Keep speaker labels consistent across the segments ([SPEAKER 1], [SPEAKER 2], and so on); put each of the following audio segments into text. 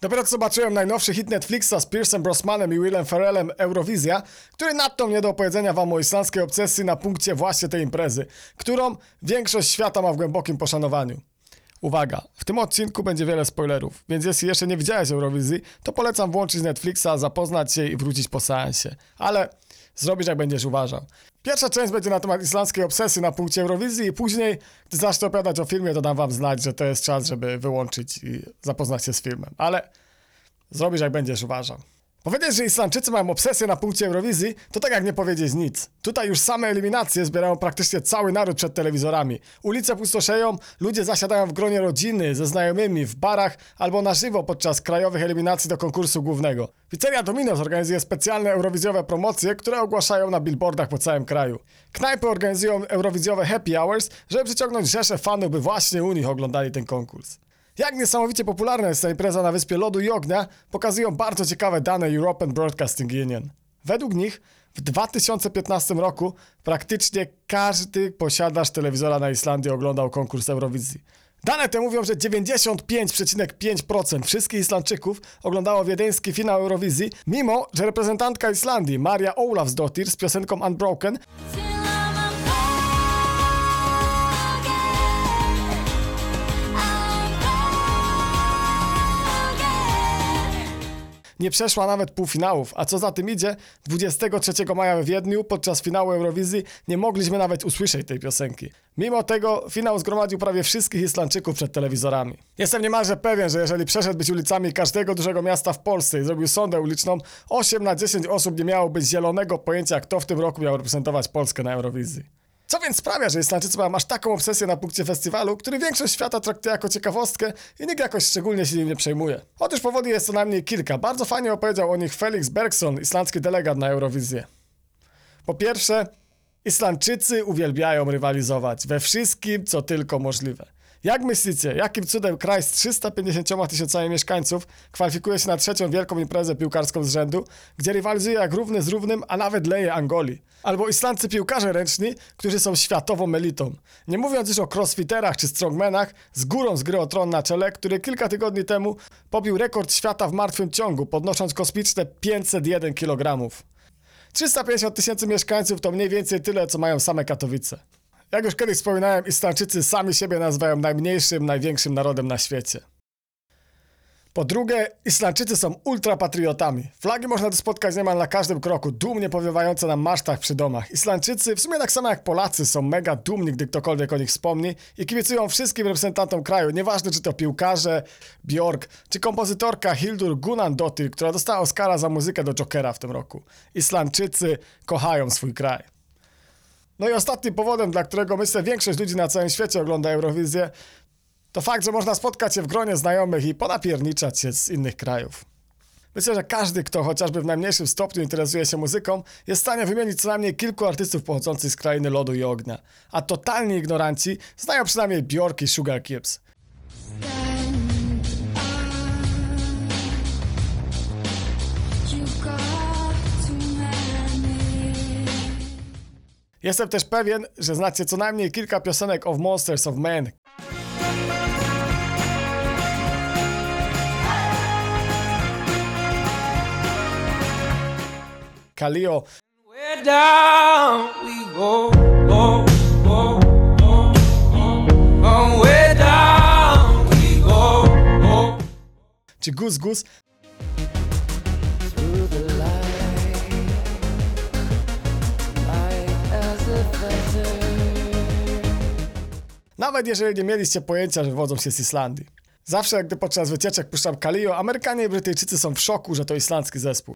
[SPEAKER 1] Dopiero co zobaczyłem najnowszy hit Netflixa z Pierce'em Brosnanem i Willem Ferrellem Eurowizja, który nadto mnie do opowiedzenia wam o islandzkiej obsesji na punkcie właśnie tej imprezy, którą większość świata ma w głębokim poszanowaniu. Uwaga, w tym odcinku będzie wiele spoilerów, więc jeśli jeszcze nie widziałeś Eurowizji, to polecam włączyć Netflixa, zapoznać się i wrócić po seansie. Ale zrobisz jak będziesz uważał. Pierwsza część będzie na temat islandzkiej obsesji na punkcie Eurowizji i później, gdy zacznę opowiadać o filmie, to dam wam znać, że to jest czas, żeby wyłączyć i zapoznać się z filmem. Ale zrobisz jak będziesz uważał. Powiedzieć, że Islandczycy mają obsesję na punkcie Eurowizji, to tak jak nie powiedzieć nic. Tutaj już same eliminacje zbierają praktycznie cały naród przed telewizorami. Ulice pustoszeją, ludzie zasiadają w gronie rodziny, ze znajomymi, w barach albo na żywo podczas krajowych eliminacji do konkursu głównego. Pizzeria Domino's organizuje specjalne eurowizjowe promocje, które ogłaszają na billboardach po całym kraju. Knajpy organizują eurowizjowe happy hours, żeby przyciągnąć rzesze fanów, by właśnie u nich oglądali ten konkurs. Jak niesamowicie popularna jest ta impreza na Wyspie Lodu i Ognia, pokazują bardzo ciekawe dane European Broadcasting Union. Według nich w 2015 roku praktycznie każdy posiadacz telewizora na Islandii oglądał konkurs Eurowizji. Dane te mówią, że 95,5% wszystkich Islandczyków oglądało wiedeński finał Eurowizji, mimo że reprezentantka Islandii Maria Ólafsdóttir z piosenką Unbroken nie przeszła nawet półfinałów, a co za tym idzie, 23 maja w Wiedniu podczas finału Eurowizji nie mogliśmy nawet usłyszeć tej piosenki. Mimo tego finał zgromadził prawie wszystkich Islandczyków przed telewizorami. Jestem niemalże pewien, że jeżeli przeszedłbyś ulicami każdego dużego miasta w Polsce i zrobił sondę uliczną, 8 na 10 osób nie miałoby zielonego pojęcia, kto w tym roku miał reprezentować Polskę na Eurowizji. Co więc sprawia, że Islandczycy mają aż taką obsesję na punkcie festiwalu, który większość świata traktuje jako ciekawostkę i nikt jakoś szczególnie się nim nie przejmuje. Otóż powodów jest co najmniej kilka. Bardzo fajnie opowiedział o nich Felix Bergsson, islandzki delegat na Eurowizję. Po pierwsze, Islandczycy uwielbiają rywalizować we wszystkim, co tylko możliwe. Jak myślicie, jakim cudem kraj z 350 000 mieszkańców kwalifikuje się na trzecią wielką imprezę piłkarską z rzędu, gdzie rywalizuje jak równy z równym, a nawet leje Angolii? Albo islandzcy piłkarze ręczni, którzy są światową elitą. Nie mówiąc już o crossfiterach czy strongmanach, z górą z gry o tron na czele, który kilka tygodni temu pobił rekord świata w martwym ciągu, podnosząc kosmiczne 501 kg. 350 000 mieszkańców to mniej więcej tyle, co mają same Katowice. Jak już kiedyś wspominałem, Islandczycy sami siebie nazywają najmniejszym, największym narodem na świecie. Po drugie, Islandczycy są ultrapatriotami. Flagi można tu spotkać niemal na każdym kroku, dumnie powiewające na masztach przy domach. Islandczycy, w sumie tak samo jak Polacy, są mega dumni, gdy ktokolwiek o nich wspomni i kibicują wszystkim reprezentantom kraju, nieważne czy to piłkarze, Björk, czy kompozytorka Hildur Guðnadóttir, która dostała Oscara za muzykę do Jokera w tym roku. Islandczycy kochają swój kraj. No i ostatnim powodem, dla którego myślę większość ludzi na całym świecie ogląda Eurowizję, to fakt, że można spotkać się w gronie znajomych i ponapierniczać się z innych krajów. Myślę, że każdy, kto chociażby w najmniejszym stopniu interesuje się muzyką, jest w stanie wymienić co najmniej kilku artystów pochodzących z krainy lodu i ognia. A totalni ignoranci znają przynajmniej Björk i Sugar Cubes. Jestem też pewien, że znacie co najmniej kilka piosenek of Monsters of Men. Kalio, czy Gus Gus. Nawet jeżeli nie mieliście pojęcia, że wywodzą się z Islandii. Zawsze, gdy podczas wycieczek puszczam Kalio, Amerykanie i Brytyjczycy są w szoku, że to islandzki zespół.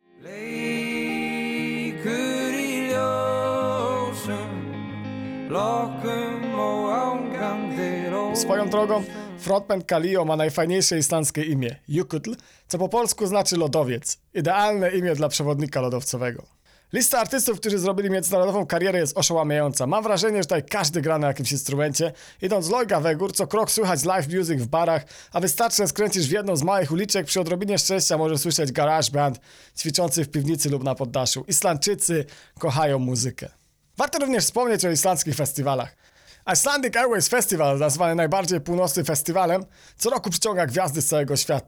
[SPEAKER 1] Swoją drogą, frontman Kalio ma najfajniejsze islandzkie imię, Jökull, co po polsku znaczy lodowiec. Idealne imię dla przewodnika lodowcowego. Lista artystów, którzy zrobili międzynarodową karierę, jest oszałamiająca. Mam wrażenie, że tutaj każdy gra na jakimś instrumencie. Idąc z Lojga we gór, co krok słychać live music w barach, a wystarczy, że skręcisz w jedną z małych uliczek, przy odrobinie szczęścia możesz słyszeć garage band ćwiczący w piwnicy lub na poddaszu. Islandczycy kochają muzykę. Warto również wspomnieć o islandzkich festiwalach. Icelandic Airways Festival, nazwany najbardziej północnym festiwalem, co roku przyciąga gwiazdy z całego świata.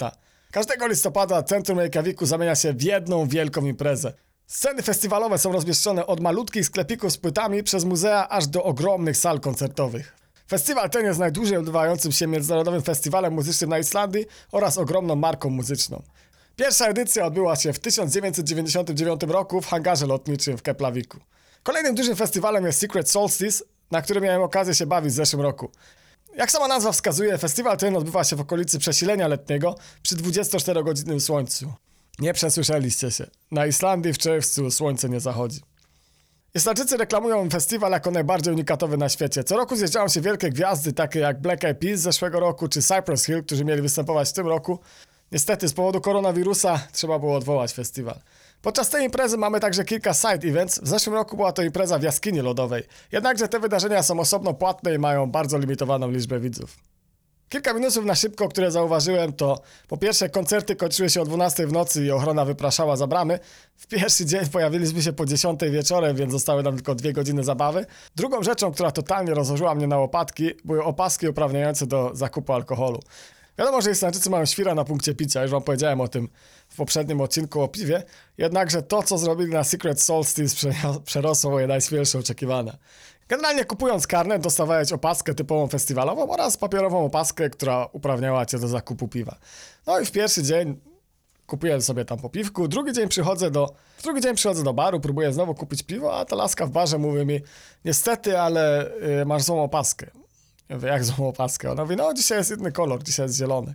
[SPEAKER 1] Każdego listopada centrum Reykjaviku zamienia się w jedną wielką imprezę. Sceny festiwalowe są rozmieszczone od malutkich sklepików z płytami przez muzea aż do ogromnych sal koncertowych. Festiwal ten jest najdłużej odbywającym się międzynarodowym festiwalem muzycznym na Islandii oraz ogromną marką muzyczną. Pierwsza edycja odbyła się w 1999 roku w hangarze lotniczym w Keplaviku. Kolejnym dużym festiwalem jest Secret Solstice, na którym miałem okazję się bawić w zeszłym roku. Jak sama nazwa wskazuje, festiwal ten odbywa się w okolicy przesilenia letniego przy 24-godzinnym słońcu. Nie przesłyszeliście się. Na Islandii w czerwcu słońce nie zachodzi. Islandczycy reklamują festiwal jako najbardziej unikatowy na świecie. Co roku zjeżdżają się wielkie gwiazdy, takie jak Black Eyed Peas z zeszłego roku czy Cypress Hill, którzy mieli występować w tym roku. Niestety z powodu koronawirusa trzeba było odwołać festiwal. Podczas tej imprezy mamy także kilka side events. W zeszłym roku była to impreza w jaskini lodowej. Jednakże te wydarzenia są osobno płatne i mają bardzo limitowaną liczbę widzów. Kilka minusów na szybko, które zauważyłem, to po pierwsze koncerty kończyły się o 12 w nocy i ochrona wypraszała za bramy. W pierwszy dzień pojawiliśmy się po 10 wieczorem, więc zostały nam tylko 2 godziny zabawy. Drugą rzeczą, która totalnie rozłożyła mnie na łopatki, były opaski uprawniające do zakupu alkoholu. Wiadomo, że Islandczycy mają świra na punkcie picia, już wam powiedziałem o tym w poprzednim odcinku o piwie, jednakże to, co zrobili na Secret Solstice przerosło moje najśmielsze oczekiwania. Generalnie kupując karnet dostawałeś opaskę typową festiwalową oraz papierową opaskę, która uprawniała cię do zakupu piwa. No i w pierwszy dzień kupiłem sobie tam po piwku, drugi dzień przychodzę do baru, próbuję znowu kupić piwo, a ta laska w barze mówi mi: niestety, ale masz złą opaskę. Ja mówię: jak złą opaskę? Ona mówi: no dzisiaj jest inny kolor, dzisiaj jest zielony.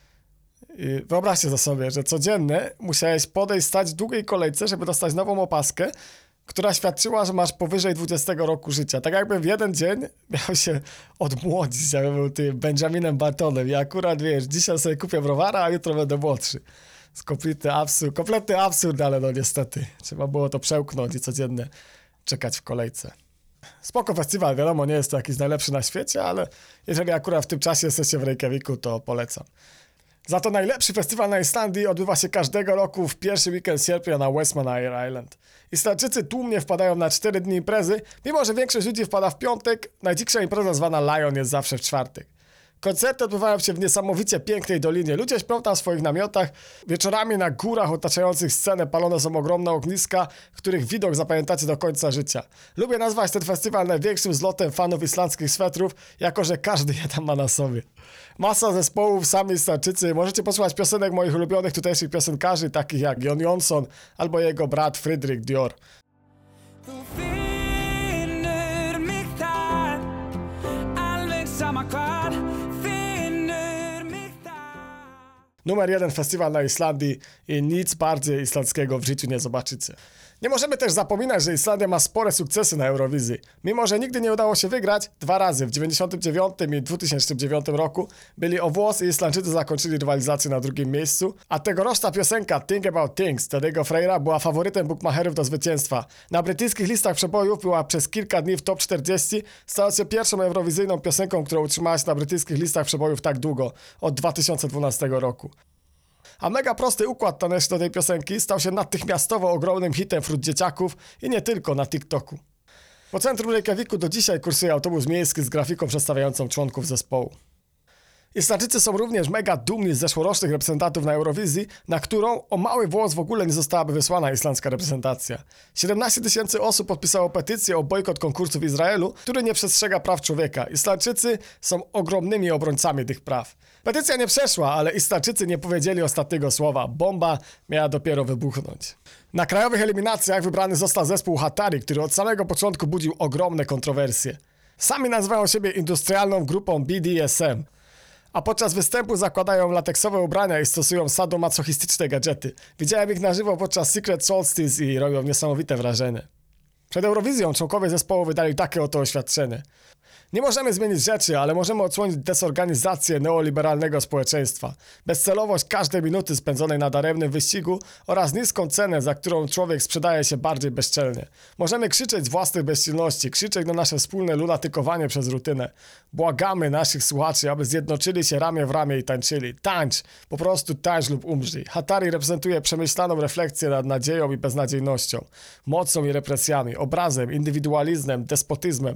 [SPEAKER 1] I wyobraźcie sobie, że codziennie musiałeś podejść, stać w długiej kolejce, żeby dostać nową opaskę, która świadczyła, że masz powyżej 20 roku życia. Tak jakby w jeden dzień miał się odmłodzić, jakby był tym Benjaminem Buttonem. Ja akurat, wiesz, dzisiaj sobie kupię browara, a jutro będę młodszy. Jest kompletny absurd, ale no niestety. Trzeba było to przełknąć i codziennie czekać w kolejce. Spoko festiwal, wiadomo, nie jest to jakiś najlepszy na świecie, ale jeżeli akurat w tym czasie jesteście w Reykjaviku, to polecam. Za to najlepszy festiwal na Islandii odbywa się każdego roku w pierwszy weekend sierpnia na Westmannaeyjar Island. Islandczycy tłumnie wpadają na 4 dni imprezy, mimo że większość ludzi wpada w piątek, najdziksza impreza zwana Lion jest zawsze w czwartek. Koncerty odbywają się w niesamowicie pięknej dolinie. Ludzie śpią tam w swoich namiotach. Wieczorami na górach otaczających scenę palone są ogromne ogniska, których widok zapamiętacie do końca życia. Lubię nazwać ten festiwal największym zlotem fanów islandzkich swetrów, jako że każdy je tam ma na sobie. Masa zespołów, sami Islandczycy. Możecie posłuchać piosenek moich ulubionych tutejszych piosenkarzy, takich jak Jon Jonsson albo jego brat Friedrich Dior. Numer 1 festiwal na Islandii i nic bardziej islandzkiego w życiu nie zobaczycie. Nie możemy też zapominać, że Islandia ma spore sukcesy na Eurowizji. Mimo że nigdy nie udało się wygrać, 2 razy, w 1999 i 2009 roku, byli o włos i Islandczycy zakończyli rywalizację na 2. miejscu, a tegoroczna piosenka Think About Things Teddy'ego Freyra była faworytem bookmacherów do zwycięstwa. Na brytyjskich listach przebojów była przez kilka dni w top 40, stając się pierwszą eurowizyjną piosenką, która utrzymała się na brytyjskich listach przebojów tak długo, od 2012 roku. A mega prosty układ taneczny do tej piosenki stał się natychmiastowo ogromnym hitem wśród dzieciaków i nie tylko na TikToku. Po centrum Reykjaviku do dzisiaj kursuje autobus miejski z grafiką przedstawiającą członków zespołu. Islandczycy są również mega dumni z zeszłorocznych reprezentantów na Eurowizji, na którą o mały włos w ogóle nie zostałaby wysłana islandzka reprezentacja. 17 000 osób podpisało petycję o bojkot konkursu w Izraelu, który nie przestrzega praw człowieka. Islandczycy są ogromnymi obrońcami tych praw. Petycja nie przeszła, ale Islandczycy nie powiedzieli ostatniego słowa. Bomba miała dopiero wybuchnąć. Na krajowych eliminacjach wybrany został zespół Hatari, który od samego początku budził ogromne kontrowersje. Sami nazywają siebie industrialną grupą BDSM. A podczas występu zakładają lateksowe ubrania i stosują sadomasochistyczne gadżety. Widziałem ich na żywo podczas Secret Solstice i robią niesamowite wrażenie. Przed Eurowizją członkowie zespołu wydali takie oto oświadczenie. Nie możemy zmienić rzeczy, ale możemy odsłonić desorganizację neoliberalnego społeczeństwa, bezcelowość każdej minuty spędzonej na daremnym wyścigu oraz niską cenę, za którą człowiek sprzedaje się bardziej bezczelnie. Możemy krzyczeć z własnej bezsilności, krzyczeć na nasze wspólne lunatykowanie przez rutynę. Błagamy naszych słuchaczy, aby zjednoczyli się ramię w ramię i tańczyli. Tańcz! Po prostu tańcz lub umrzyj. Hatari reprezentuje przemyślaną refleksję nad nadzieją i beznadziejnością, mocą i represjami, obrazem, indywidualizmem, despotyzmem,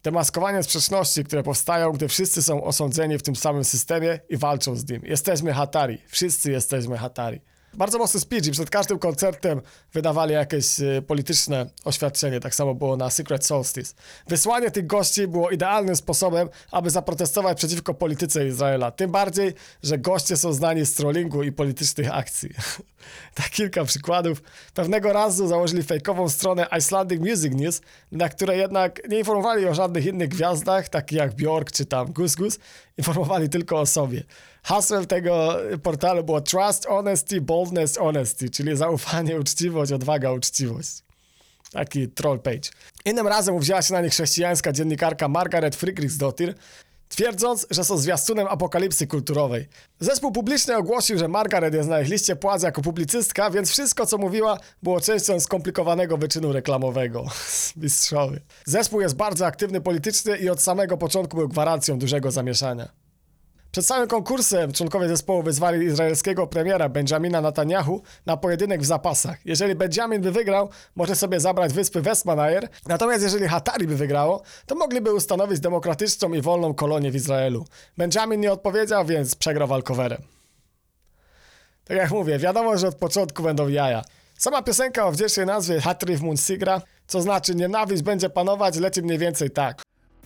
[SPEAKER 1] Demaskowanie sprzeczności, które powstają, gdy wszyscy są osądzeni w tym samym systemie i walczą z nim. Jesteśmy Hatari. Wszyscy jesteśmy Hatari. Bardzo mocny speech i przed każdym koncertem wydawali jakieś polityczne oświadczenie. Tak samo było na Secret Solstice. Wysłanie tych gości było idealnym sposobem, aby zaprotestować przeciwko polityce Izraela. Tym bardziej, że goście są znani z trollingu i politycznych akcji. Tak kilka przykładów. Pewnego razu założyli fejkową stronę Icelandic Music News, na której jednak nie informowali o żadnych innych gwiazdach, takich jak Björk czy tam Gus Gus. Informowali tylko o sobie. Hasłem tego portalu było Trust, Honesty, Boldness, Honesty, czyli zaufanie, uczciwość, odwaga, uczciwość. Taki troll page. Innym razem uwzięła się na nich chrześcijańska dziennikarka Margaret Friedrichsdottir, twierdząc, że są zwiastunem apokalipsy kulturowej. Zespół publicznie ogłosił, że Margaret jest na ich liście płac jako publicystka, więc wszystko, co mówiła, było częścią skomplikowanego wyczynu reklamowego. Mistrzowie. Zespół jest bardzo aktywny politycznie i od samego początku był gwarancją dużego zamieszania. Przed samym konkursem członkowie zespołu wyzwali izraelskiego premiera Benjamina Netanyahu na pojedynek w zapasach. Jeżeli Benjamin by wygrał, może sobie zabrać wyspy Westmanayer, natomiast jeżeli Hatari by wygrało, to mogliby ustanowić demokratyczną i wolną kolonię w Izraelu. Benjamin nie odpowiedział, więc przegrał walkowerem. Tak jak mówię, wiadomo, że od początku będą jaja. Sama piosenka o wdzięcznej nazwie Hatriv Munsigra, co znaczy nienawiść będzie panować, leci mniej więcej tak.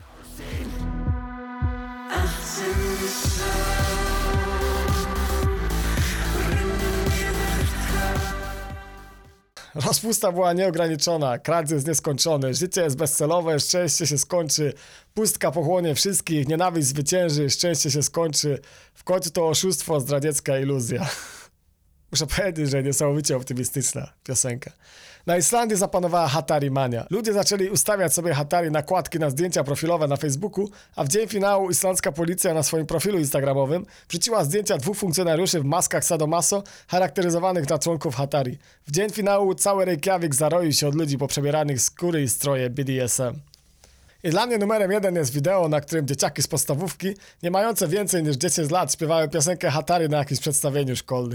[SPEAKER 1] Rozpusta była nieograniczona, kradzież jest nieskończony, życie jest bezcelowe, szczęście się skończy, pustka pochłonie wszystkich, nienawiść zwycięży, szczęście się skończy, w końcu to oszustwo, zdradziecka iluzja. Muszę powiedzieć, że niesamowicie optymistyczna piosenka. Na Islandii zapanowała Hatarimania. Ludzie zaczęli ustawiać sobie Hatari nakładki na zdjęcia profilowe na Facebooku, a w dzień finału islandzka policja na swoim profilu instagramowym wrzuciła zdjęcia 2 funkcjonariuszy w maskach sadomaso charakteryzowanych na członków Hatari. W dzień finału cały Reykjavik zaroił się od ludzi poprzebieranych skóry i stroje BDSM. I dla mnie numerem 1 jest wideo, na którym dzieciaki z podstawówki, nie mające więcej niż 10 lat, śpiewają piosenkę Hatari na jakimś przedstawieniu szkolnym.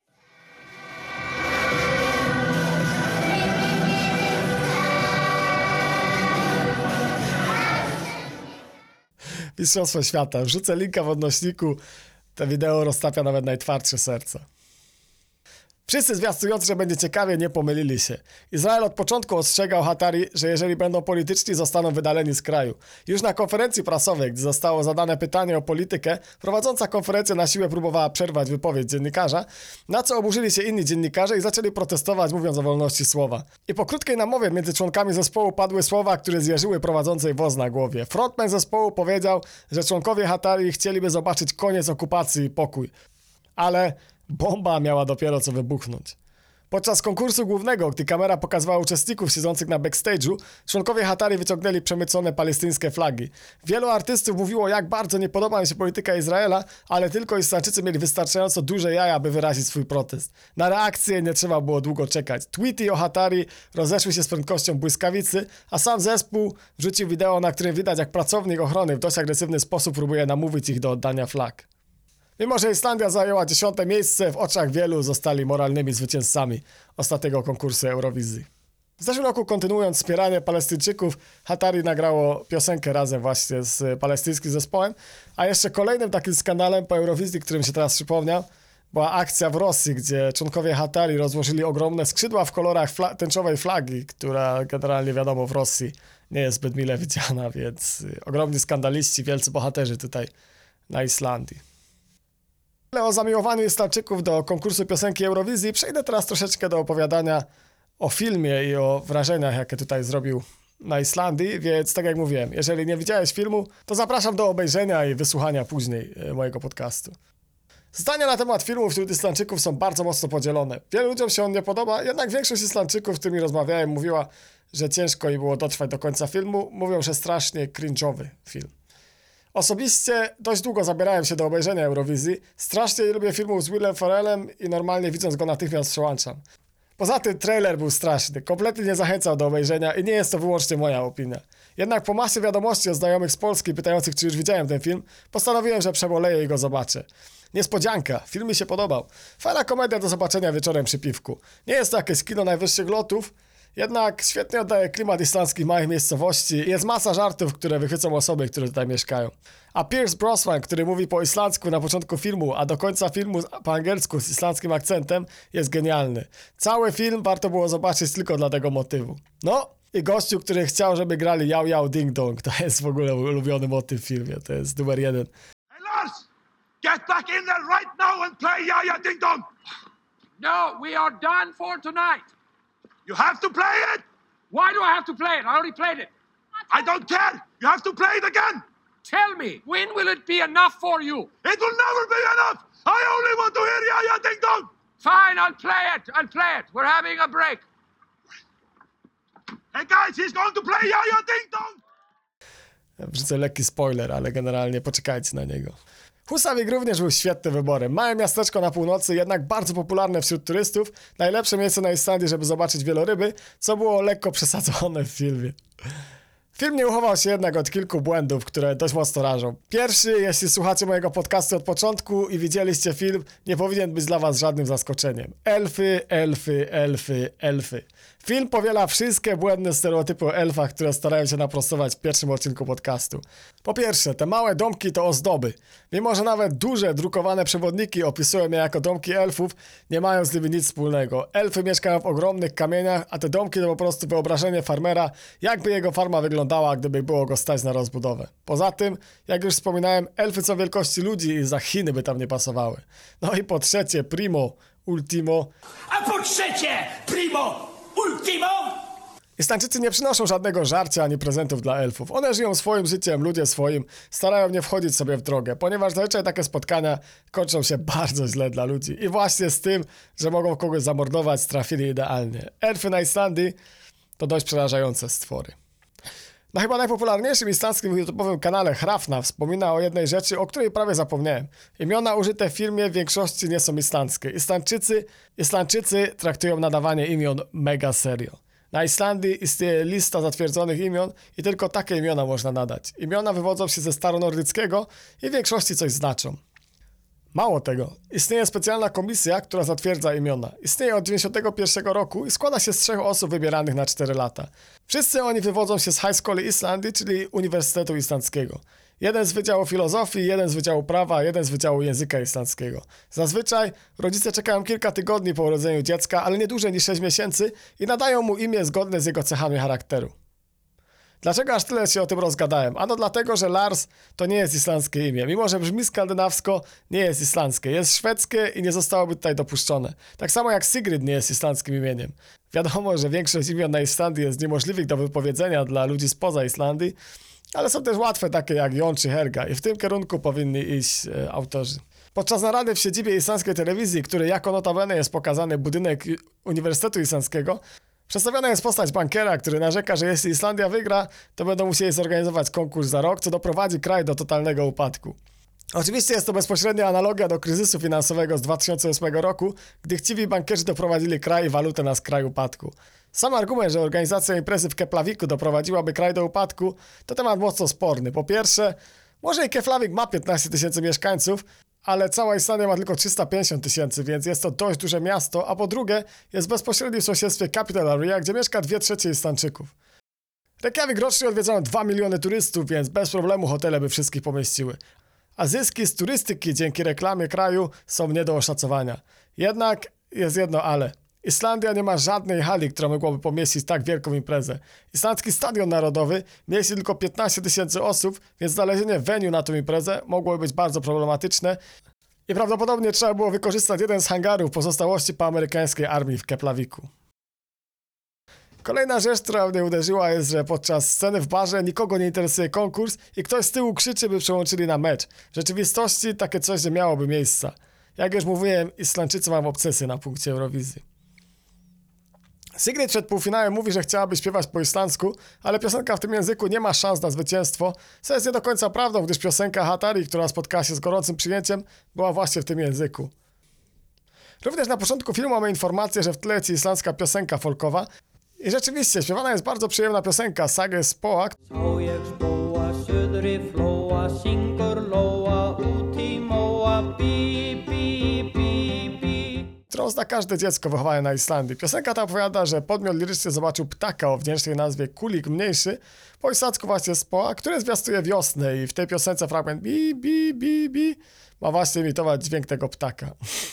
[SPEAKER 1] Mistrzostwo świata. Wrzucę linka w odnośniku. To wideo roztapia nawet najtwardsze serca. Wszyscy zwiastujący, że będzie ciekawie, nie pomylili się. Izrael od początku ostrzegał Hatari, że jeżeli będą polityczni, zostaną wydaleni z kraju. Już na konferencji prasowej, gdy zostało zadane pytanie o politykę, prowadząca konferencję na siłę próbowała przerwać wypowiedź dziennikarza, na co oburzyli się inni dziennikarze i zaczęli protestować, mówiąc o wolności słowa. I po krótkiej namowie między członkami zespołu padły słowa, które zjeżyły prowadzącej woz na głowie. Frontman zespołu powiedział, że członkowie Hatari chcieliby zobaczyć koniec okupacji i pokój. Ale bomba miała dopiero co wybuchnąć. Podczas konkursu głównego, gdy kamera pokazywała uczestników siedzących na backstage'u, członkowie Hatari wyciągnęli przemycone palestyńskie flagi. Wielu artystów mówiło, jak bardzo nie podoba im się polityka Izraela, ale tylko Islandczycy mieli wystarczająco duże jaja, by wyrazić swój protest. Na reakcję nie trzeba było długo czekać. Tweety o Hatari rozeszły się z prędkością błyskawicy, a sam zespół wrzucił wideo, na którym widać, jak pracownik ochrony w dość agresywny sposób próbuje namówić ich do oddania flag. Mimo że Islandia zajęła 10. miejsce, w oczach wielu zostali moralnymi zwycięzcami ostatniego konkursu Eurowizji. W zeszłym roku, kontynuując wspieranie Palestyńczyków, Hatari nagrało piosenkę razem właśnie z palestyńskim zespołem, a jeszcze kolejnym takim skandalem po Eurowizji, którym się teraz przypomniał, była akcja w Rosji, gdzie członkowie Hatari rozłożyli ogromne skrzydła w kolorach tęczowej flagi, która generalnie wiadomo w Rosji nie jest zbyt mile widziana, więc ogromni skandaliści, wielcy bohaterzy tutaj na Islandii. O zamiłowaniu Islandczyków do konkursu piosenki Eurowizji przejdę teraz troszeczkę do opowiadania o filmie i o wrażeniach, jakie tutaj zrobił na Islandii, więc tak jak mówiłem, jeżeli nie widziałeś filmu, to zapraszam do obejrzenia i wysłuchania później mojego podcastu. Zdania na temat filmu wśród Islandczyków są bardzo mocno podzielone. Wielu ludziom się on nie podoba, jednak większość Islandczyków, z którymi rozmawiałem, mówiła, że ciężko im było dotrwać do końca filmu. Mówią, że strasznie cringe'owy film. Osobiście dość długo zabierałem się do obejrzenia Eurowizji. Strasznie nie lubię filmów z Willem Ferrellem i normalnie widząc go natychmiast przełączam. Poza tym trailer był straszny, kompletnie nie zachęcał do obejrzenia i nie jest to wyłącznie moja opinia. Jednak po masie wiadomości od znajomych z Polski pytających, czy już widziałem ten film, postanowiłem, że przeboleję i go zobaczę. Niespodzianka, film mi się podobał. Fajna komedia do zobaczenia wieczorem przy piwku. Nie jest to jakieś kino najwyższych lotów, Jednak świetnie oddaje klimat islandzkich małych miejscowości i jest masa żartów, które wychwycą osoby, które tutaj mieszkają. A Pierce Brosnan, który mówi po islandzku na początku filmu, a do końca filmu po angielsku z islandzkim akcentem, jest genialny. Cały film warto było zobaczyć tylko dla tego motywu. No i gościu, który chciał, żeby grali Yao Yao Ding Dong, to jest w ogóle ulubiony motyw w filmie, to jest numer 1.
[SPEAKER 2] Hey Lars, get back in there right now and play Yao Yao Ding Dong!
[SPEAKER 3] No, we are done for tonight.
[SPEAKER 2] You have to play it!
[SPEAKER 3] Why do I have to play it? I already played it.
[SPEAKER 2] I don't care! You have to play it again!
[SPEAKER 3] Tell me, when will it be enough for you?
[SPEAKER 2] It will never be enough! I only want to hear Yao Yao Ding Dong!
[SPEAKER 3] Fine, I'll play it. I'll play it. We're having a break.
[SPEAKER 2] Hey guys, he's going to play Yao Yao Ding Dong!
[SPEAKER 1] Wrzucę lekki spoiler, ale generalnie poczekajcie na niego. Husavik również był świetnym wyborem. Małe miasteczko na północy, jednak bardzo popularne wśród turystów. Najlepsze miejsce na Islandii, żeby zobaczyć wieloryby, co było lekko przesadzone w filmie. Film nie uchował się jednak od kilku błędów, które dość mocno rażą. Pierwszy, jeśli słuchacie mojego podcastu od początku i widzieliście film, nie powinien być dla was żadnym zaskoczeniem. Elfy, elfy, elfy, elfy. Film powiela wszystkie błędne stereotypy o elfach, które starają się naprostować w pierwszym odcinku podcastu. Po pierwsze, te małe domki to ozdoby. Mimo że nawet duże, drukowane przewodniki opisują je jako domki elfów, nie mają z nimi nic wspólnego. Elfy mieszkają w ogromnych kamieniach, a te domki to po prostu wyobrażenie farmera, jakby jego farma wyglądała, gdyby było go stać na rozbudowę. Poza tym, jak już wspominałem, elfy są wielkości ludzi i za Chiny by tam nie pasowały. No i po trzecie, primo, ultimo.
[SPEAKER 4] A po trzecie, primo, ultimo!
[SPEAKER 1] Islandczycy nie przynoszą żadnego żarcia ani prezentów dla elfów. One żyją swoim życiem, ludzie swoim, starają nie wchodzić sobie w drogę, ponieważ zazwyczaj takie spotkania kończą się bardzo źle dla ludzi. I właśnie z tym, że mogą kogoś zamordować, trafili idealnie. Elfy na Islandii to dość przerażające stwory. Na chyba najpopularniejszym islandzkim YouTube'owym kanale Hrafna wspomina o jednej rzeczy, o której prawie zapomniałem. Imiona użyte w filmie w większości nie są islandzkie. Islandczycy traktują nadawanie imion mega serio. Na Islandii istnieje lista zatwierdzonych imion i tylko takie imiona można nadać. Imiona wywodzą się ze staronordyckiego i w większości coś znaczą. Mało tego, istnieje specjalna komisja, która zatwierdza imiona. Istnieje od 1991 roku i składa się z 3 osób wybieranych na 4 lata. Wszyscy oni wywodzą się z High School Islandii, czyli Uniwersytetu Islandzkiego. Jeden z Wydziału Filozofii, jeden z Wydziału Prawa, jeden z Wydziału Języka Islandzkiego. Zazwyczaj rodzice czekają kilka tygodni po urodzeniu dziecka, ale nie dłużej niż 6 miesięcy i nadają mu imię zgodne z jego cechami charakteru. Dlaczego aż tyle się o tym rozgadałem? Ano dlatego, że Lars to nie jest islandzkie imię. Mimo że brzmi skandynawsko, nie jest islandzkie. Jest szwedzkie i nie zostałoby tutaj dopuszczone. Tak samo jak Sigrid nie jest islandzkim imieniem. Wiadomo, że większość imion na Islandii jest niemożliwych do wypowiedzenia dla ludzi spoza Islandii, ale są też łatwe, takie jak Jon czy Helga i w tym kierunku powinni iść autorzy. Podczas narady w siedzibie islandzkiej telewizji, który jako notabene jest pokazany budynek Uniwersytetu Islandzkiego, przedstawiona jest postać bankiera, który narzeka, że jeśli Islandia wygra, to będą musieli zorganizować konkurs za rok, co doprowadzi kraj do totalnego upadku. Oczywiście jest to bezpośrednia analogia do kryzysu finansowego z 2008 roku, gdy chciwi bankierzy doprowadzili kraj i walutę na skraj upadku. Sam argument, że organizacja imprezy w Keflaviku doprowadziłaby kraj do upadku, to temat mocno sporny. Po pierwsze, może i Keflavik ma 15 000 mieszkańców, ale cała Islandia ma tylko 350 000, więc jest to dość duże miasto, a po drugie jest bezpośrednio w sąsiedztwie Capital Area, gdzie mieszka 2/3 Islandczyków. Reykjavik rocznie odwiedzają 2 miliony turystów, więc bez problemu hotele by wszystkich pomieściły. A zyski z turystyki dzięki reklamie kraju są nie do oszacowania. Jednak jest jedno ale. Islandia nie ma żadnej hali, która mogłaby pomieścić tak wielką imprezę. Islandzki Stadion Narodowy mieści tylko 15 000 osób, więc znalezienie venue na tę imprezę mogłoby być bardzo problematyczne i prawdopodobnie trzeba było wykorzystać jeden z hangarów pozostałości po amerykańskiej armii w Keplaviku. Kolejna rzecz, która mnie uderzyła, jest, że podczas sceny w barze nikogo nie interesuje konkurs i ktoś z tyłu krzyczy, by przełączyli na mecz. W rzeczywistości takie coś nie miałoby miejsca. Jak już mówiłem, Islandczycy mają obsesję na punkcie Eurowizji. Sigrid przed półfinałem mówi, że chciałaby śpiewać po islandzku, ale piosenka w tym języku nie ma szans na zwycięstwo, co jest nie do końca prawdą, gdyż piosenka Hatari, która spotkała się z gorącym przyjęciem, była właśnie w tym języku. Również na początku filmu mamy informację, że w tle leci islandzka piosenka folkowa i rzeczywiście śpiewana jest bardzo przyjemna piosenka Sage Spoa, którą zna każde dziecko wychowane na Islandii. Piosenka ta opowiada, że podmiot liryczny zobaczył ptaka o wdzięcznej nazwie Kulik Mniejszy po islandzku właśnie Spoa, który zwiastuje wiosnę i w tej piosence fragment bi, bi, bi, bi ma właśnie imitować dźwięk tego ptaka.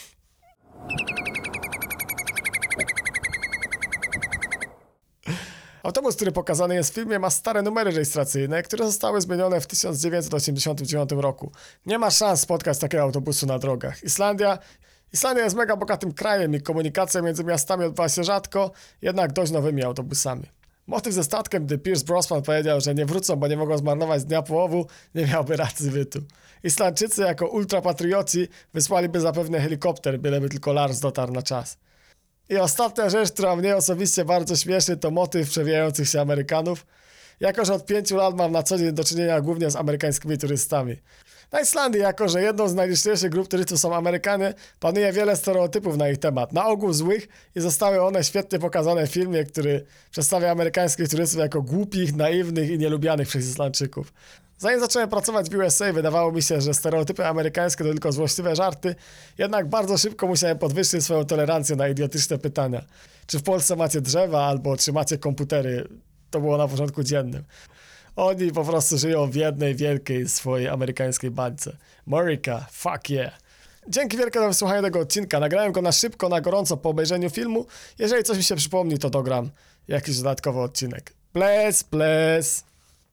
[SPEAKER 1] Autobus, który pokazany jest w filmie, ma stare numery rejestracyjne, które zostały zmienione w 1989 roku. Nie ma szans spotkać takiego autobusu na drogach. Islandia jest mega bogatym krajem i komunikacja między miastami odbywa się rzadko, jednak dość nowymi autobusami. Motyw ze statkiem, gdy Pierce Brosnan powiedział, że nie wrócą, bo nie mogą zmarnować dnia połowu, nie miałby racji bytu. Islandczycy jako ultrapatrioci wysłaliby zapewne helikopter, byleby tylko Lars dotarł na czas. I ostatnia rzecz, która mnie osobiście bardzo śmieszy, to motyw przewijających się Amerykanów. Jako że od 5 lat mam na co dzień do czynienia głównie z amerykańskimi turystami. Na Islandii, jako że jedną z najliczniejszych grup turystów są Amerykanie, panuje wiele stereotypów na ich temat, na ogół złych, i zostały one świetnie pokazane w filmie, który przedstawia amerykańskich turystów jako głupich, naiwnych i nielubianych przez Islandczyków. Zanim zacząłem pracować w USA, wydawało mi się, że stereotypy amerykańskie to tylko złośliwe żarty, jednak bardzo szybko musiałem podwyższyć swoją tolerancję na idiotyczne pytania. Czy w Polsce macie drzewa, albo czy macie komputery? To było na porządku dziennym. Oni po prostu żyją w jednej wielkiej swojej amerykańskiej bańce. America, fuck yeah. Dzięki wielkie za wysłuchanie tego odcinka. Nagrałem go na szybko, na gorąco po obejrzeniu filmu. Jeżeli coś mi się przypomni, to dogram jakiś dodatkowy odcinek. Bless, bless.